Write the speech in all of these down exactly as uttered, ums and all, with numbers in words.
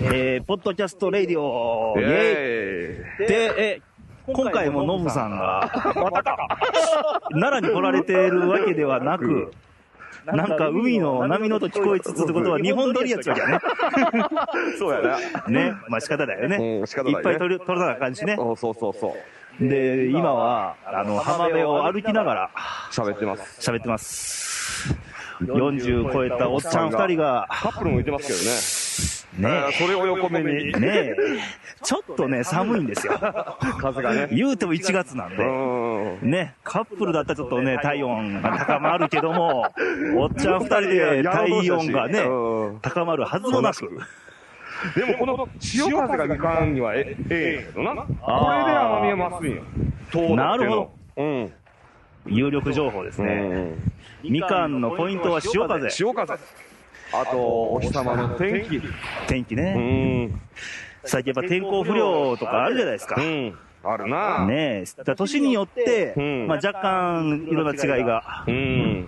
えー、ポッドキャストレイディオイェイで、え、今回もノブさんが、奈良に来られているわけではなく、なんか海の波の音聞こえつつってことは日本撮りやつわけやね。 そうやな。 ね。まあ仕方だよね。 うん、仕方だよね。 いっぱい撮る、撮らなあかんしね。 そうそうそうそう。 で、今は、あの、浜辺を歩きながら、 喋ってます。 喋ってます。よんじゅう超えたおっちゃん二人が、 カップルもいてますけどね。 ねえ。それを横目に。 ねえ。ちょっとね、寒いんですよ。 風がね。 言うてもいちがつなんで。ね。カップルだったらちょっとね、体温が高まるけども、おっちゃん二人で体温がね、高まるはずもなく。 でもこの潮風がいかんにはええけどな。これで甘みが増すんよ。 なるほど。 うん。 有力情報ですね。みかんのポイントは潮風。 潮風。あと、お日様の天気。 天気ね。最近やっぱ天候不良とかあるじゃないですか。 うん。あるな。 ねえ。年によって、まあ若干いろんな違いが。 うん。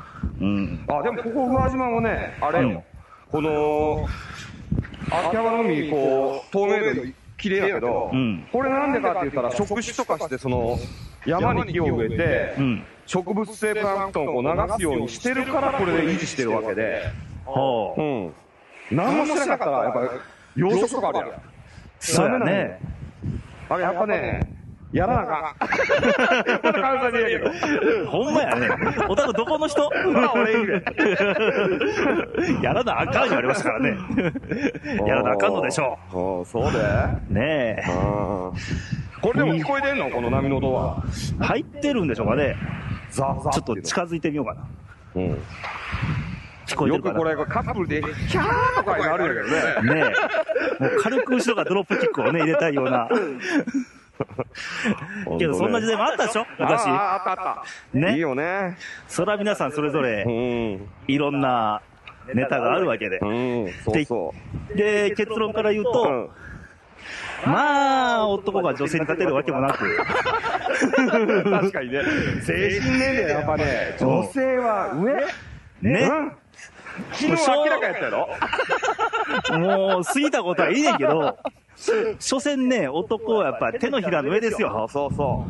うん。あ、でもここ宇和島もね、あれよ。この、秋葉原の海、こう、透明度綺麗やけど、これなんでかって言ったら、触手とかして、その、山に木を植えて、植物性プランクトンをこう流すようにしてるから、これで維持してるわけで。はあ。うん。何もしてなかったら、やっぱ、養殖とかあるやん。 そうやね。 あれ、やっぱね、やらなあかん。また関西で言うけど。 ほんまやね。おたくどこの人あ、俺いるやらなあかん言われましたからね。やらなあかんのでしょう。そうでねえ。 これでも聞こえてんのこの波の音は。 入ってるんでしょうかね。 ザザちょっと近づいてみようかな。うん。聞こえてるかな。 よくこれカップルで、キャーとかになるんやけどね。 ねえ。もう軽く後ろがドロップキックをね、入れたいような。けどそんな時代もあったでしょ昔。 ああ、あったあった。ね。いいよね。 それは皆さんそれぞれ、いろんなネタがあるわけで。 そうそう。で、結論から言うと、まあ、男が女性に勝てるわけもなく。 確かにね。精神年齢やっぱね、女性は上ね。 昨日明らかやったやろもう、過ぎたことはいいねんけど、所詮ね、男はやっぱ手のひらの上ですよ。 そうそう。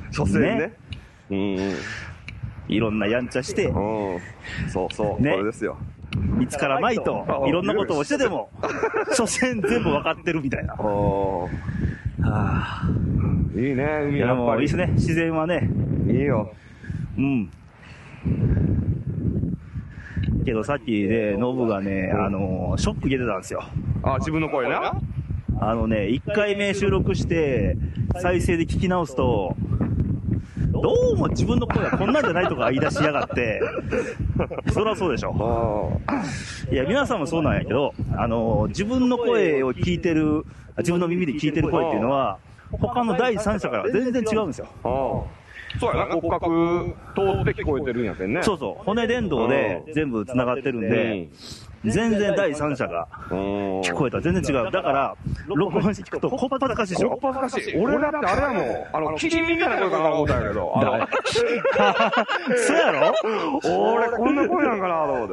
所詮ね。 うん。いろんなやんちゃして。 そうそう。ね。それですよ。 いつからまいと、いろんなことをしてでも、所詮全部わかってるみたいな。はあ。いいね、海やっぱり。 いいですね、自然はね。 いいよ。 うん。けどさっきね、ノブがね、あの、ショック受けてたんですよ。 あ、自分の声な。 あのね、いっかいめ収録して、再生で聞き直すと、どうも自分の声がこんなんじゃないとか言い出しやがって、そりゃそうでしょ。いや、皆さんもそうなんやけど、あの、自分の声を聞いてる、自分の耳で聞いてる声っていうのは、他の第三者から全然違うんですよ。 そうやな、骨格通って聞こえてるんやけんね。 そうそう、骨伝導で全部繋がってるんで、全然第三者が聞こえたら全然違う。だから、録音して聞くとこっぱずかしいでしょ。 こっぱずかしい。俺だってあれやもん。あの、キリンみたいな声かな思ったんやけど。あの、 そうやろ俺こんな声なんかなと思って。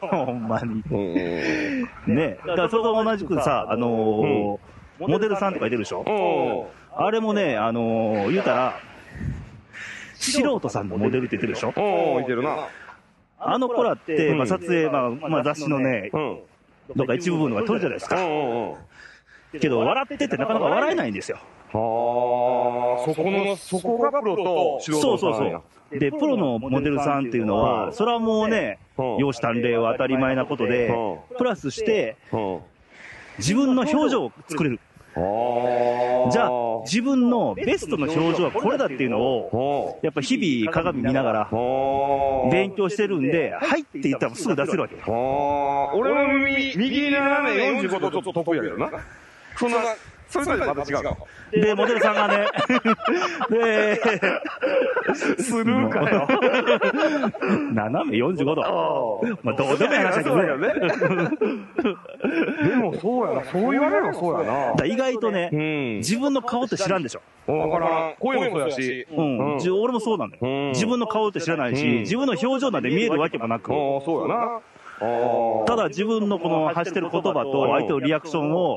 ほんまに。ね。だからそれと同じくさ、あの、モデルさんとかいてるでしょ。あれもね、あの、言うたら、素人さんのモデルって言ってるでしょ。 おー、いてるな。 あの子らって、まあ撮影、まあ、まあ雑誌のね、どっか一部分が撮るじゃないですか。けど、笑っててなかなか笑えないんですよ。 はあ、そこの、そこがプロと素人さん。 そうそうそう。で、プロのモデルさんっていうのは、それはもうね、容姿端麗は当たり前なことで、プラスして、自分の表情を作れる。じゃあ、自分のベストの表情はこれだっていうのを、やっぱ日々鏡見ながら、勉強してるんで、はいって言ったらすぐ出せるわけ。 俺の右、右斜めよんじゅうごどちょっと得意やけどな。そんな、それぞれまた違うの。 で、モデルさんがね、で、 スルーかよ。 斜めよんじゅうごど。まあ、どうでもいい話だけどね。 でもそうやな、そう言われるのそうやな。 意外とね、自分の顔って知らんでしょ。 わからん。声もそうやし。 うん。俺もそうなんだよ。自分の顔って知らないし、自分の表情なんて見えるわけもなく。 そうやな。 ただ自分のこの発してる言葉と相手のリアクションを、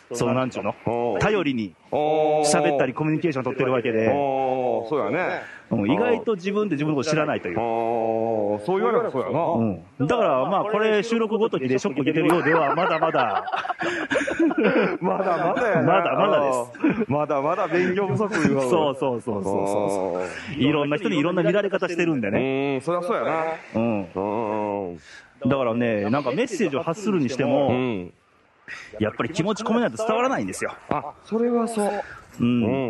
そのなんちゅうの頼りに喋ったりコミュニケーション取ってるわけで、 そうやね。 意外と自分で自分のこと知らないという。 そう言われたらそうやな。 うん。だからまあこれ収録ごときでショック受けてるようではまだまだまだまだやな。 まだまだです。 まだまだ勉強不足いうそうそうそうそうそう。いろんな人にいろんな見られ方してるんでね。 うん、そりゃそうやな。 うん。だからね、なんかメッセージを発するにしても、やっぱり気持ち込めないと伝わらないんですよ。 あ、それはそう。 うん。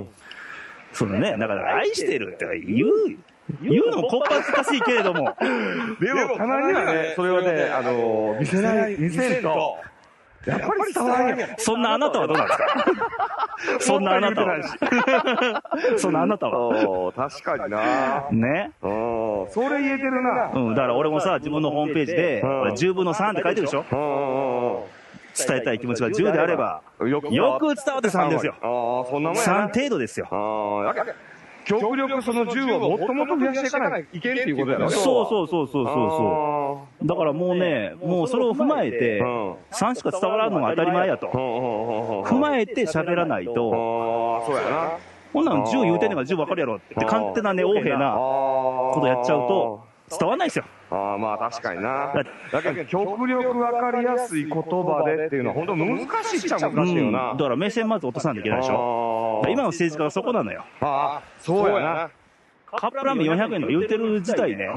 そのね、だから愛してるって言う、言うのもこっぱずかしいけれども。 でも、たまにはね、それはね、あの、見せない、見せんと、やっぱり伝わらんやん。 そんなあなたはどうなんですかそんなあなたは。そんなあなたは。 確かにな。 ね。 それ言えてるな。 うん、だから俺もさ、自分のホームページで、じゅうぶんのさんって書いてるでしょ。伝えたい気持ちがじゅうであれば、よく伝わってさんですよ。さん程度ですよ。 極力そのじゅうをもっともっと増やしていかないといけんっていうことやろ。 そうそうそうそうそうだからもうね、もうそれを踏まえて、さんしか伝わらんのが当たり前やと。踏まえて喋らないと、 そうやな。 ほんならじゅう言うてんねんからじゅう分かるやろって勝手なね、横柄なことやっちゃうと、伝わんないですよ。 ああ、まあ確かにな。だけど、極力分かりやすい言葉でっていうのは本当難しいっちゃ難しいよな。 だから目線まず落とさなきゃいけないでしょ。今の政治家はそこなのよ。 ああ、そうやな。 カップラーメンよんひゃくえんとか言うてる自体ね。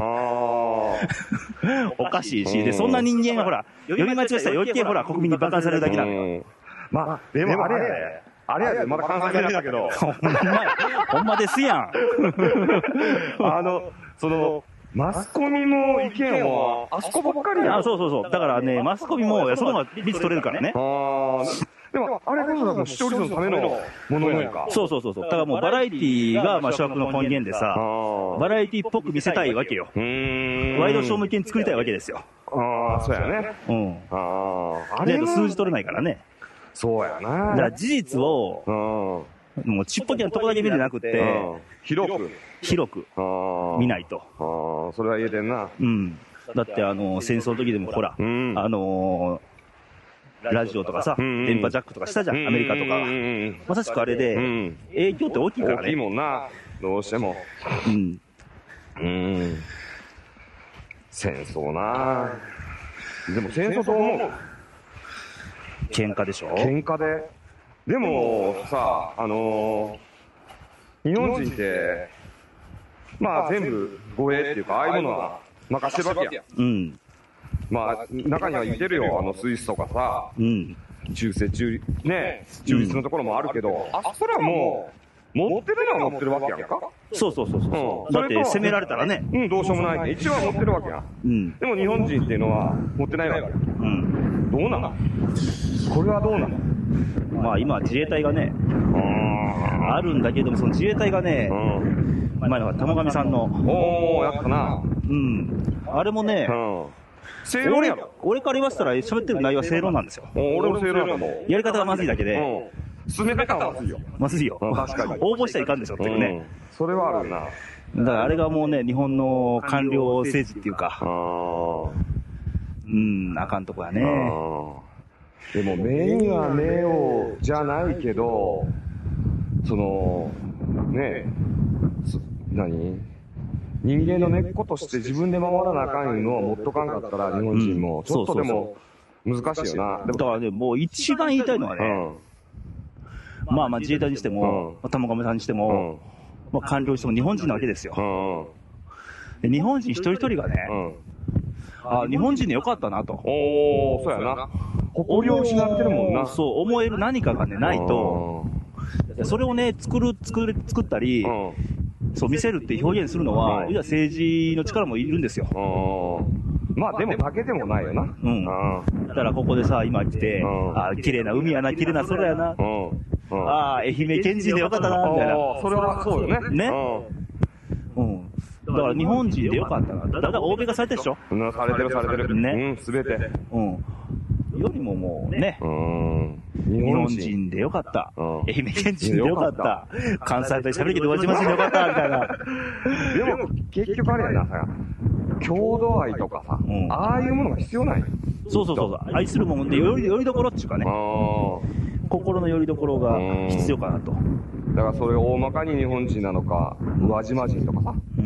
おかしいし、で、そんな人間がほら、読み間違えしたら余計ほら、国民に馬鹿にされるだけなのよ。 まあ、でもあれやね。あれやで、まだ関西弁だけど。 ほんま、ほんまですやん。 あの、その、マスコミの意見は、あそこばっかりや。 あ、そうそうそう。だからね、マスコミも、その方が率取れるからね。 でも、あれこそだと視聴率のためのものやんか。 そうそうそうそう。だからもうバラエティが、まあ、主役の根源でさ、バラエティっぽく見せたいわけよ。ワイドショー向けに作りたいわけですよ。 ああ、そうやね。 うん。ああ。あれ数字取れないからね。 そうやな。 だから事実を、もうちっぽけなとこだけ見るんじゃなくて、 広く。 広く見ないと。 ああ、それは言えてんな。 うん。だってあの、戦争の時でもほら、あの、ラジオとかさ、電波ジャックとかしたじゃん、アメリカとかは。まさしくあれで、影響って大きいからね。 大きいもんな、どうしても。うん。うん。戦争な。でも戦争と思う。 喧嘩でしょ？ 喧嘩で。でもさ、あのー、日本人って、まあ全部護衛っていうか、ああいうものは任せるわけや。うん。まあ、中にはいてるよ、あのスイスとかさ、うん。中世中、ね、中立のところもあるけど、あそこらもう、持ってるのは持ってるわけやんか。 そうそうそうそう。だって攻められたらね。 うん、どうしようもないって。一応は持ってるわけや。うん。でも日本人っていうのは持ってないわけや。うん。どうなの？これはどうなの？ まあ今自衛隊がね、あるんだけども、その自衛隊がね、前の玉上さんの。 おー、やったな。 うん。あれもね、正論やろ。俺から言わせたら喋ってる内容は正論なんですよ。 俺も正論やと思う。 やり方がまずいだけで。 進め方はまずいよ。 まずいよ。確かに。応募したらいかんでしょっていうね。 それはあるな。 だからあれがもうね、日本の官僚政治っていうか、うん、あかんとこやね。 でも、目には目をじゃないけど、その、ねえ、何人間の根っことして自分で守らなあかんいうのは持っとかんかったら、日本人も、ちょっとでも難しいよな。 だからね、もう一番言いたいのはね、まあまあ自衛隊にしても、玉亀さんにしても、まあ官僚にしても日本人なわけですよ。で日本人一人一人がね、あ、日本人でよかったなと。 おー、そうやな。誇りを失ってるもんな。 そう、思える何かがね、ないと、それをね、作る、作る、作ったり、そう見せるって表現するのは、いや政治の力もいるんですよ。 まあでもだけでもないよな。 うん。だからここでさ、今来て、あ、綺麗な海やな、綺麗な空やな。ああ、愛媛県人でよかったな、みたいな。 それはそうよね。 ね。うん。だから日本人でよかったな。だから欧米がされてるでしょ？ うん、されてるされてる。ね。うん、すべて。 うん。よりももうね。うん。日本人でよかった。愛媛県人でよかった。関西弁喋るけど、輪島人でよかった、みたいな。 でも、結局あれやな、さ、郷土愛とかさ、ああいうものが必要ない。 そうそうそう。愛するもんで、より、よりどころっていうかね。も心の拠り所が必要かなと。 だからそれ大まかに日本人なのか、宇和島人とかさ。うん。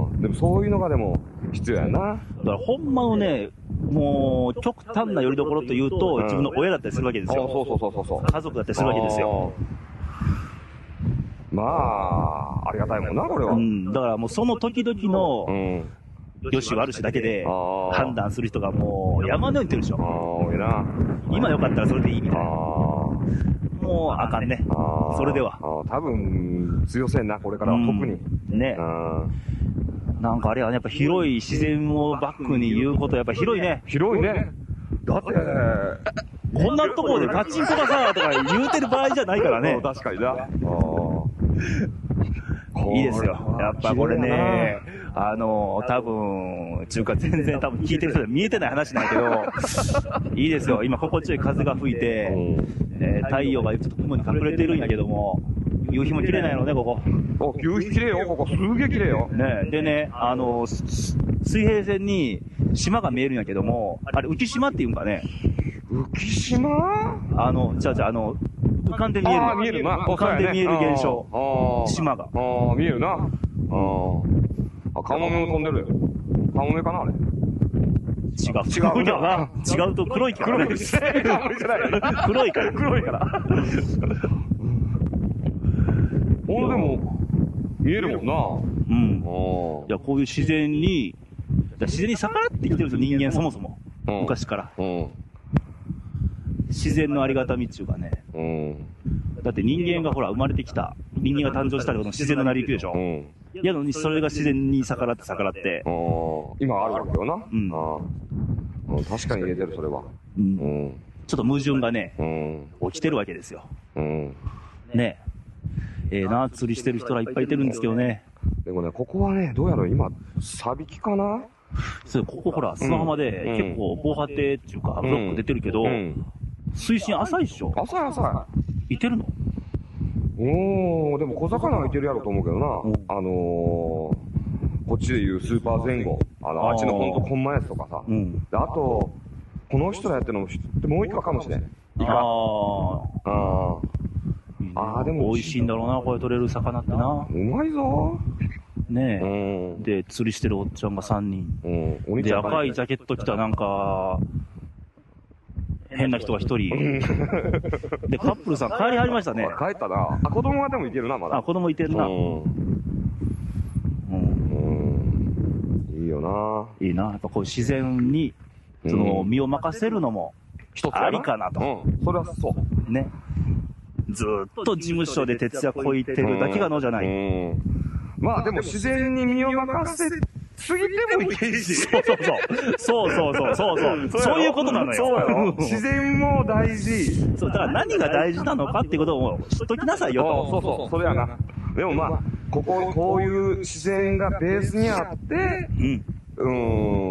うん。でもそういうのがでも必要やな。だからほんまのね、もう極端な拠り所というと、自分の親だったりするわけですよ。 そうそうそうそうそう。 家族だったりするわけですよ。 まあ、ありがたいもんな、これは。 うん。だからもうその時々の、よし悪しだけで判断する人がもう山のようにいてるでしょ。 ああ、多いな。 今よかったらそれでいいみたいな。もうあかんね。それでは。 多分、強せんな、これからは特に。 ね。なんかあれはね、やっぱ広い自然をバックに言うこと、やっぱ広いね。 広いね。だって、 こんなところでパチンコがさ、とか言うてる場合じゃないからね。 確かにな。 いいですよ。やっぱこれね、あの、多分、ちゅうか全然多分聞いてる人で見えてない話なんやけど、いいですよ。今心地よい風が吹いて、えー、太陽がちょっと雲に隠れてるんやけども、夕日も綺麗なんやろね、ここ。 お、夕日綺麗よ、ここ。すげえ綺麗よ。 ねでね、あの、水平線に島が見えるんやけども、あれ浮島っていうんかね。 浮島あの、じゃあじゃあ、あの、浮かんで見える。 ああ、見えるな。 浮かんで見える現象。島が。 ああ、見えるな。ああ。カモメも飛んでるよ。カモメかな、あれ。 違う。違うけどな。違うと黒いからね。 黒いじゃない。 黒いから。 黒いから。ほんでも、見えるもんな。 うん。いや、こういう自然に、自然に逆らってきてるんですよ、人間そもそも。昔から。自然のありがたみっていうかね。だって人間がほら、生まれてきた。人間が誕生したけど自然の成り行きでしょ。やのに、それが自然に逆らって逆らって。 今あるわけよな。うん。確かに言えてる、それは。 うん。ちょっと矛盾がね、起きてるわけですよ。ねえ。ええな、釣りしてる人らいっぱいいてるんですけどね。 でもね、ここはね、どうやら今、サビキかな？ そう、ここほら、砂浜で結構防波堤っていうか、ブロック出てるけど、水深浅いっしょ？ 浅い浅い。いてるの？ おー、でも小魚はいてるやろと思うけどな。あのー、こっちでいうスーパー前後。あの、あっちのほんとコンマやつとかさ。で、あと、この人らやってるのも、もう一個かもしれん。イカ。ああ。 ああ、でも美味しいんだろうな、これ取れる魚ってな。 うまいぞ。 ねえ。で、釣りしてるおっちゃんがさんにん。で、赤いジャケット着たなんか、変な人がひとり。で、カップルさん帰りはりましたね。 帰ったな。あ、子供がでもいてるな、まだ。 あ、子供いてるな。うん。 いいよな。 いいな。やっぱこう自然に、その、身を任せるのも、ありかなと。 うん。それはそう。 ね。ずーっと事務所で徹夜こいてるだけがのじゃない。 まあでも自然に身を任せすぎてもいけるし。 そうそうそう。そうそうそう。そうそう。そういうことなのよ。 そうやろ。自然も大事。 そう、だから何が大事なのかっていうことを知っときなさいよと。 そうそう。それやな。でもまあ、ここ、こういう自然がベースにあって、うん。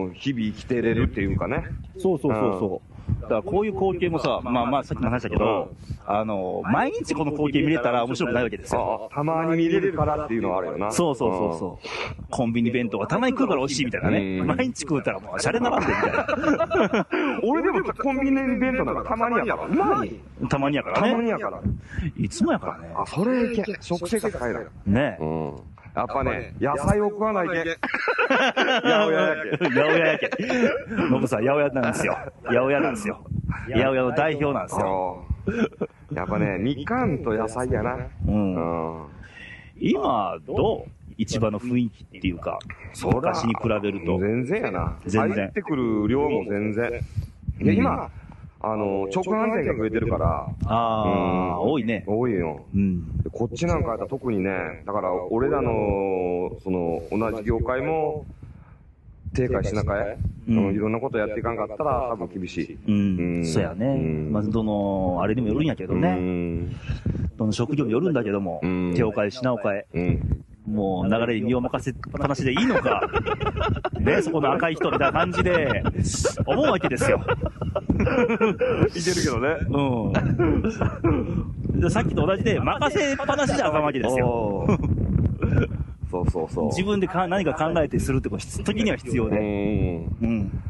うん、日々生きてれるっていうかね。 そうそうそうそう。だからこういう光景もさ、まあまあさっきも話したけど、あの、毎日この光景見れたら面白くないわけですよ。 たまに見れるからっていうのはあるよな。 そうそうそうそう。コンビニ弁当がたまに食うから美味しいみたいなね。毎日食うたらもうシャレならんでみたいな。 俺でもコンビニ弁当なんかたまにやから。うまい。 たまにやからね。 たまにやから。 いつもやからね。 あ、それいけ。食生活変えない。 ねえ。やっぱね、野菜を食わないけ。八百屋やけ。 八百屋やけ。ノブさん、八百屋なんですよ。八百屋なんですよ。八百屋の代表なんですよ。 やっぱね、みかんと野菜やな。うん。 今、どう市場の雰囲気っていうか、昔に比べると。 全然やな。 全然。 入ってくる量も全然。で、今、あの、直販店が増えてるから。 ああ、多いね。 多いよ。うん。こっちなんかやったら特にね、だから俺らの、その、同じ業界も、低下しなかえ、いろんなことやっていかんかったら多分厳しい。 うん。そうやね。まずどの、あれにもよるんやけどね。どの職業によるんだけども、手を変え品を変え。もう流れに身を任せっぱなしでいいのか。ね、そこの赤い人みたいな感じで、思うわけですよ。 いけるけどね。 うん。さっきと同じで、任せっぱなしじゃあかんわけですよ。 そうそうそう。 自分でか何か考えてするってこと、時には必要で。 うん。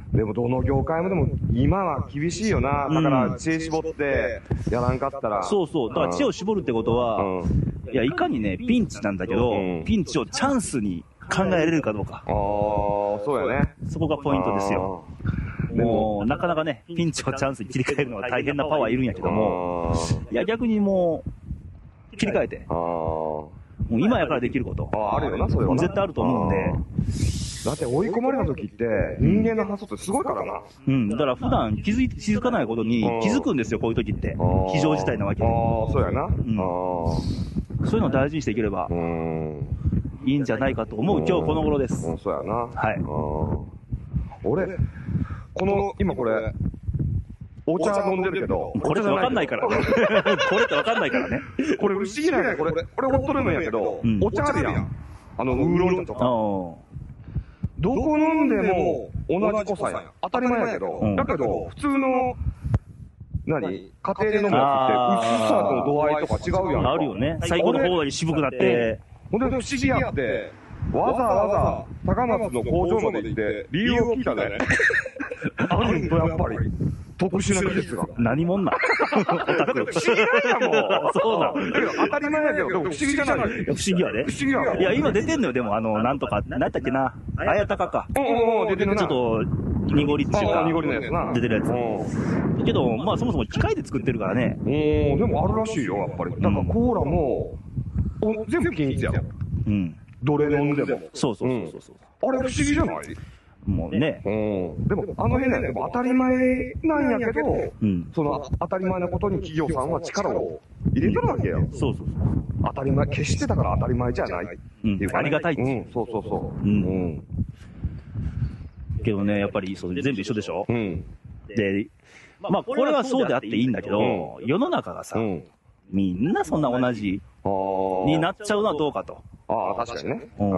でもどの業界もでも今は厳しいよな。だから知恵絞ってやらんかったら。 そうそう。だから知恵を絞るってことは、うん、いや、いかにね、ピンチなんだけど、うん、ピンチをチャンスに考えられるかどうか。 ああ、そうやね。 そこがポイントですよ。もう、なかなかね、ピンチをチャンスに切り替えるのは大変なパワーいるんやけども、いや、逆にもう、切り替えて。もう今やからできること。 ああ、あるよな、それは。 絶対あると思うんで。 だって追い込まれた時って、人間の発想ってすごいからな。 うん。だから普段気づいて、気づかないことに気づくんですよ、こういう時って。非常事態なわけで。 ああ、そうやな。うん。 そういうのを大事にしていければ、いいんじゃないかと思う今日この頃です。 そうやな。 はい。 俺、この、今これ、お茶飲んでるけど。 これってわかんないからね。これってわかんないからね。 これ不思議なんや、これ。これホットレモンやけど、お茶あるやん。あの、ウーロン茶とか。どこ飲んでも同じ濃さやん。当たり前やけど。だけど、普通の、何家庭で飲むやつって、薄さの度合いとか違うやん。 あるよね。最後の方だけ渋くなって。 ほんで不思議やって、わざわざ高松の工場まで行って、理由を聞いたね。あるんとやっぱり。特殊な技術が。 何もんなんだから不思議なんやもん。 そうなん。 だけど当たり前やけど、不思議じゃない。 不思議やで。 不思議や。 いや、今出てんのよ、でも、あの、なんとか、なんだっけな。あやたかか。 うんうん、出てるな。 ちょっと、濁りっていうか。 濁りのやつな。 出てるやつ。だけど、まあ、そもそも機械で作ってるからね。 うん、でもあるらしいよ、やっぱり。だからコーラも、全部均一やろ。うん。どれ飲んでも。 そうそうそうそう。 あれ不思議じゃないもうね。 うん。でも、あの辺ね、当たり前なんやけど、うん、その当たり前なことに企業さんは力を入れてるわけよ。 そうそうそう。 当たり前、決してだから当たり前じゃないっていうか、 ね、うん。ありがたいって。 うん、そうそうそう。うん。うん、 けどね、やっぱりそう全部一緒でしょ。 うん。 で、まあ、これはそうであっていいんだけど、うん、世の中がさ、うん、みんなそんな同じになっちゃうのはどうかと。 ああ、確かにね。うん。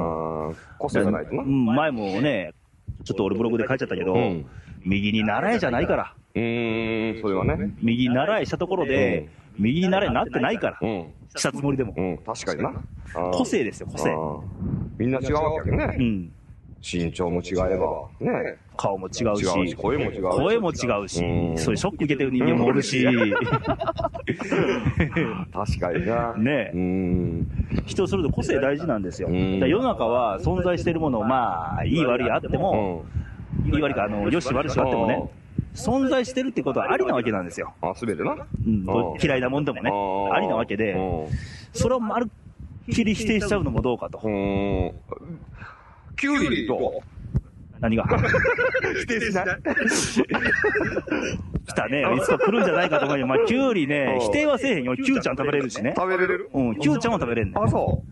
個性がないとな。 うん、前もね、ちょっと俺ブログで書いちゃったけど、うん、右に習えじゃないから。 うーん、それはね。 右に習えしたところで、うん、右に習えになってないから。うん、したつもりでも。 うん、確かにな。 個性ですよ、個性。 みんな違うわけやけどね。うん。身長も違えば、ね。 顔も違うし。 違うし声も違うし。 声も違うし。うん、そういうショック受けてる人間もおるし。 確かにな。 ねえ。うん。人それぞれ個性大事なんですよ。だ世の中は存在しているものを、まあ、いい悪いあっても、いい悪いか、あの、よし悪しあってもね、存在してるってことはありなわけなんですよ。 あ、すべてな。 うん。嫌いなもんでもね、ありなわけで、それをまるっきり否定しちゃうのもどうかと。 キュウリと、 何が否定しない来たね。いつか来るんじゃないかと思うよ。まあ、キュウリね、否定はせえへんよ。キュウちゃん食べれるしね。 食べれるうん、キュウちゃんは食べれんねん。 あ、そう。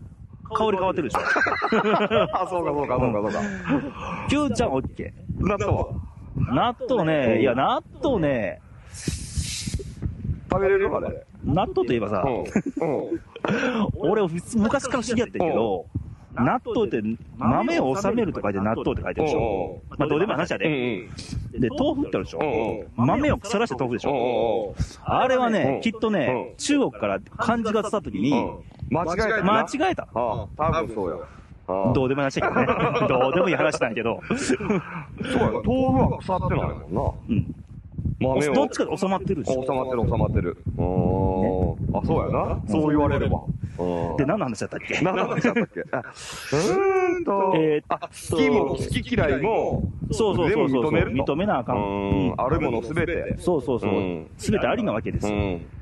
香り変わってるでしょ。 あ、そうかそうかそうかそうか。 キュウちゃんオッケー。納豆は納豆ね、いや、納豆ね、 食べれるあれ。 納豆といえばさ、俺、昔から不思議やってんけど、納豆って豆を収めると書いて納豆って書いてるでしょ。まあどうでも話やで。で、豆腐ってあるでしょ。豆を腐らして豆腐でしょ。あれはね、きっとね、中国から漢字が伝わった時に、 間違えた。 間違えた。 多分そうよ。 どうでもいい話やけどね。どうでもいい話なんやけど。 そうや、豆腐は腐ってないもんな。うん。 どっちかで収まってるでしょ。 収まってる収まってる。あ、そうやな。そう言われれば。 で、何の話だったっけ何の話だったっけうーんと、えー、好きも好き嫌いも、 そうそうそうそう。認める認めなあかん。 あるものすべて。 そうそうそう。すべてありなわけですよ。